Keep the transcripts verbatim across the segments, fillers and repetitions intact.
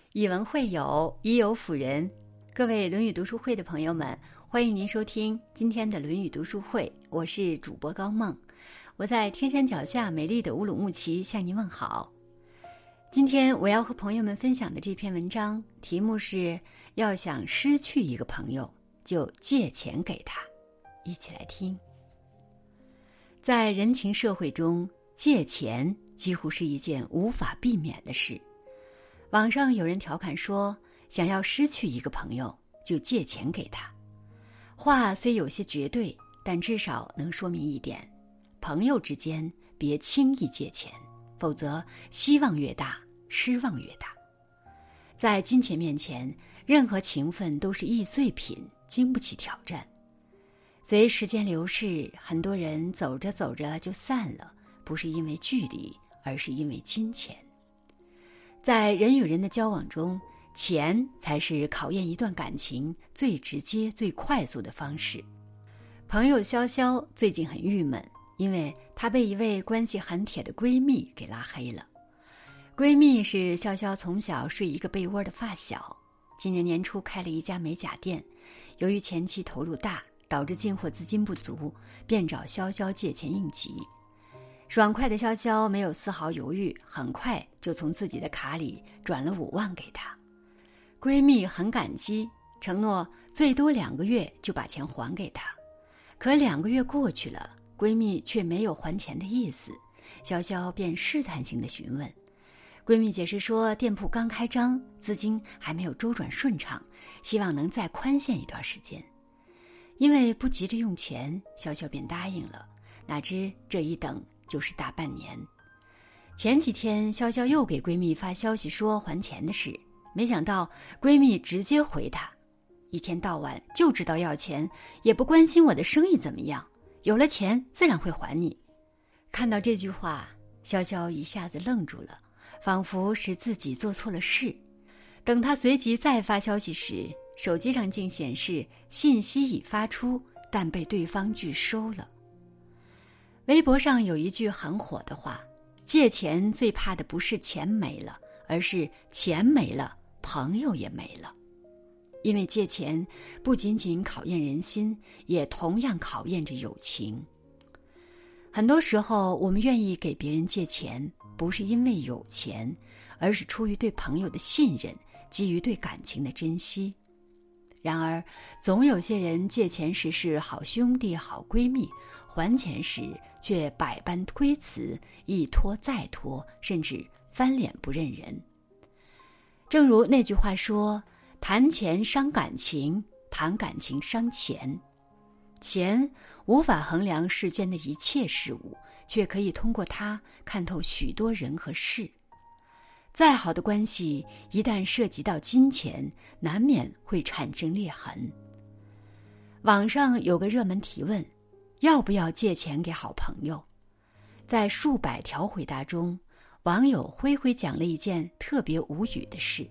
以文会友，以友辅人。各位论语读书会的朋友们，欢迎您收听今天的论语读书会，我是主播高梦。我在天山脚下美丽的乌鲁木齐向您问好。今天我要和朋友们分享的这篇文章题目是：要想失去一个朋友，就借钱给他。一起来听。在人情社会中，借钱几乎是一件无法避免的事。网上有人调侃说，想要失去一个朋友，就借钱给他。话虽有些绝对，但至少能说明一点：朋友之间别轻易借钱，否则希望越大，失望越大。在金钱面前，任何情分都是易碎品，经不起挑战。随时间流逝，很多人走着走着就散了，不是因为距离，而是因为金钱。在人与人的交往中，钱才是考验一段感情最直接最快速的方式。朋友潇潇最近很郁闷，因为她被一位关系很铁的闺蜜给拉黑了。闺蜜是潇潇从小睡一个被窝的发小，今年年初开了一家美甲店，由于前期投入大，导致进货资金不足，便找潇潇借钱应急。爽快的潇潇没有丝毫犹豫，很快就从自己的卡里转了五万给她。闺蜜很感激，承诺最多两个月就把钱还给她。可两个月过去了，闺蜜却没有还钱的意思，潇潇便试探性的询问。闺蜜解释说，店铺刚开张，资金还没有周转顺畅，希望能再宽限一段时间。因为不急着用钱，潇潇便答应了。哪知这一等就是大半年。前几天潇潇又给闺蜜发消息说还钱的事，没想到闺蜜直接回她：一天到晚就知道要钱，也不关心我的生意怎么样，有了钱自然会还你。看到这句话，潇潇一下子愣住了，仿佛是自己做错了事。等她随即再发消息时，手机上竟显示信息已发出，但被对方拒收了。微博上有一句很火的话，借钱最怕的不是钱没了，而是钱没了，朋友也没了。因为借钱不仅仅考验人心，也同样考验着友情。很多时候，我们愿意给别人借钱，不是因为有钱，而是出于对朋友的信任，基于对感情的珍惜。然而，总有些人借钱时是好兄弟、好闺蜜，还钱时却百般推辞，一拖再拖，甚至翻脸不认人。正如那句话说，谈钱伤感情，谈感情伤钱。钱无法衡量世间的一切事物，却可以通过它看透许多人和事。再好的关系，一旦涉及到金钱，难免会产生裂痕。网上有个热门提问，要不要借钱给好朋友？在数百条回答中，网友灰灰讲了一件特别无语的事。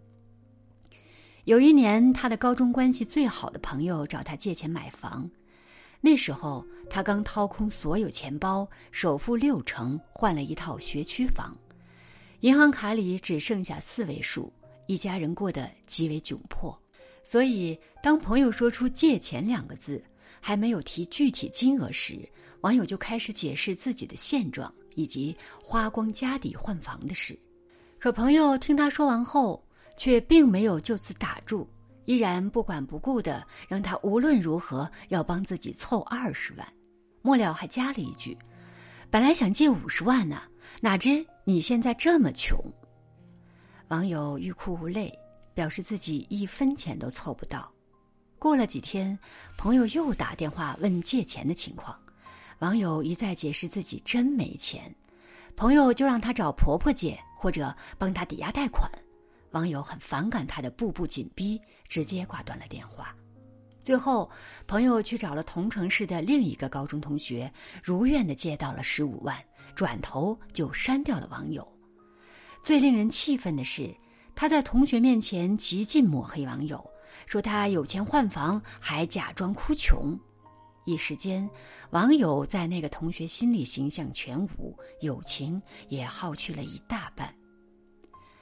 有一年，他的高中关系最好的朋友找他借钱买房，那时候他刚掏空所有钱包，首付六成换了一套学区房。银行卡里只剩下四位数，一家人过得极为窘迫。所以当朋友说出借钱两个字，还没有提具体金额时，网友就开始解释自己的现状以及花光家底换房的事。可朋友听他说完后，却并没有就此打住，依然不管不顾地让他无论如何要帮自己凑二十万。末了还加了一句，本来想借五十万呢、啊，哪知你现在这么穷。网友欲哭无泪，表示自己一分钱都凑不到。过了几天，朋友又打电话问借钱的情况，网友一再解释自己真没钱，朋友就让他找婆婆借，或者帮他抵押贷款。网友很反感他的步步紧逼，直接挂断了电话。最后，朋友去找了同城市的另一个高中同学，如愿地借到了十五万，转头就删掉了网友。最令人气愤的是，他在同学面前极尽抹黑网友，说他有钱换房，还假装哭穷。一时间，网友在那个同学心里形象全无，友情也耗去了一大半。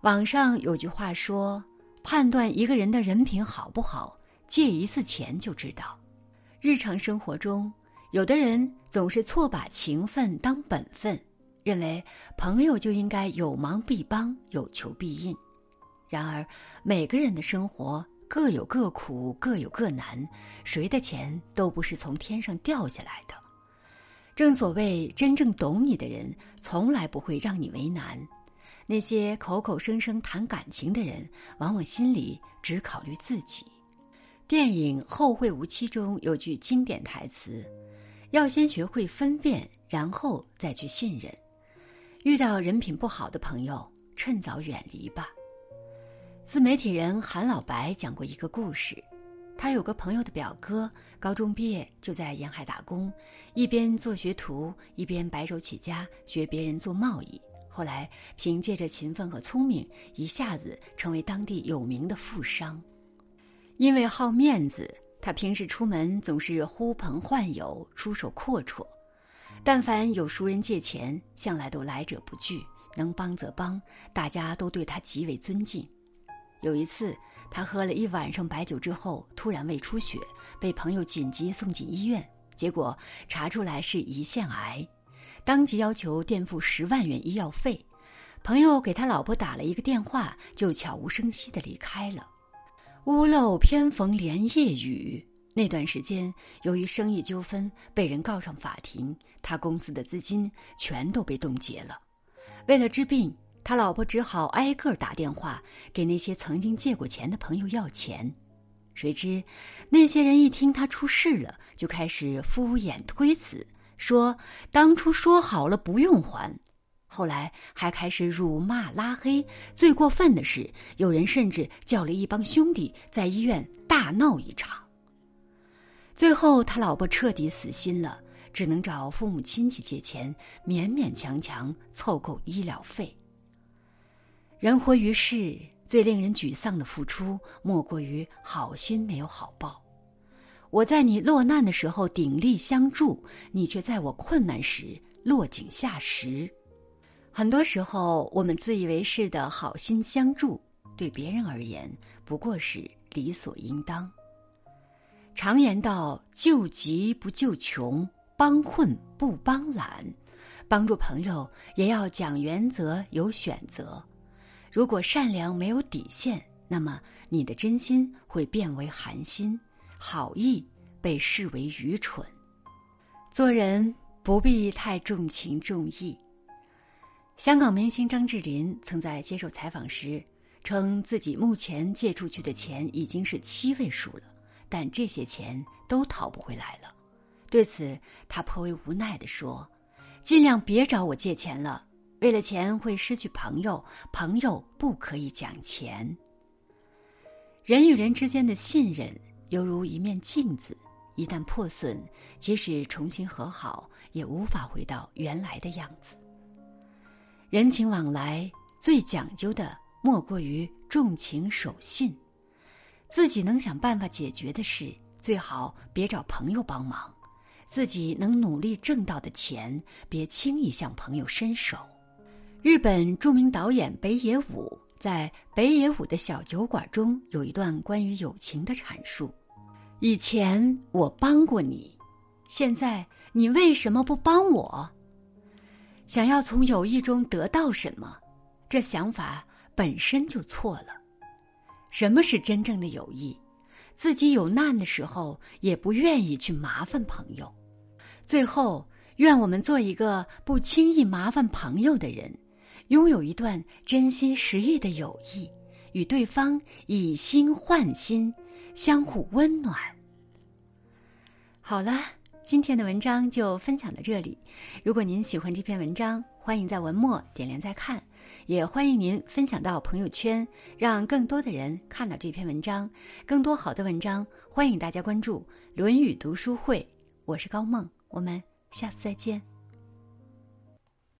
网上有句话说，判断一个人的人品好不好，借一次钱就知道。日常生活中，有的人总是错把情分当本分，认为朋友就应该有忙必帮，有求必应。然而，每个人的生活各有各苦，各有各难，谁的钱都不是从天上掉下来的。正所谓，真正懂你的人，从来不会让你为难。那些口口声声谈感情的人，往往心里只考虑自己。电影《后会无期》中有句经典台词，要先学会分辨，然后再去信任。遇到人品不好的朋友，趁早远离吧。自媒体人韩老白讲过一个故事，他有个朋友的表哥，高中毕业就在沿海打工，一边做学徒，一边白手起家学别人做贸易。后来凭借着勤奋和聪明，一下子成为当地有名的富商。因为好面子，他平时出门总是呼朋唤友，出手阔绰。但凡有熟人借钱，向来都来者不拒，能帮则帮，大家都对他极为尊敬。有一次，他喝了一晚上白酒之后，突然胃出血，被朋友紧急送进医院，结果查出来是胰腺癌。当即要求垫付十万元医药费，朋友给他老婆打了一个电话，就悄无声息地离开了。屋漏偏逢连夜雨，那段时间由于生意纠纷被人告上法庭，他公司的资金全都被冻结了。为了治病，他老婆只好挨个打电话给那些曾经借过钱的朋友要钱。谁知那些人一听他出事了，就开始敷衍推辞，说当初说好了不用还。后来还开始辱骂拉黑，最过分的是，有人甚至叫了一帮兄弟在医院大闹一场。最后他老婆彻底死心了，只能找父母亲戚借钱，勉勉强强凑够医疗费。人活于世，最令人沮丧的付出，莫过于好心没有好报。我在你落难的时候鼎力相助，你却在我困难时落井下石。很多时候，我们自以为是的好心相助，对别人而言不过是理所应当。常言道，救急不救穷，帮困不帮懒。帮助朋友也要讲原则，有选择。如果善良没有底线，那么你的真心会变为寒心，好意被视为愚蠢。做人不必太重情重义。香港明星张智霖曾在接受采访时称，自己目前借出去的钱已经是七位数了，但这些钱都讨不回来了。对此，他颇为无奈地说，尽量别找我借钱了，为了钱会失去朋友，朋友不可以讲钱。人与人之间的信任犹如一面镜子，一旦破损，即使重新和好，也无法回到原来的样子。人情往来最讲究的莫过于重情守信，自己能想办法解决的事，最好别找朋友帮忙，自己能努力挣到的钱，别轻易向朋友伸手。日本著名导演北野武在北野武的小酒馆中有一段关于友情的阐述，以前我帮过你，现在你为什么不帮我？想要从友谊中得到什么，这想法本身就错了。什么是真正的友谊？自己有难的时候也不愿意去麻烦朋友。最后，愿我们做一个不轻易麻烦朋友的人，拥有一段真心实意的友谊，与对方以心换心，相互温暖。好了，今天的文章就分享到这里。如果您喜欢这篇文章，欢迎在文末点亮再看，也欢迎您分享到朋友圈，让更多的人看到这篇文章。更多好的文章，欢迎大家关注论语读书会。我是高梦，我们下次再见。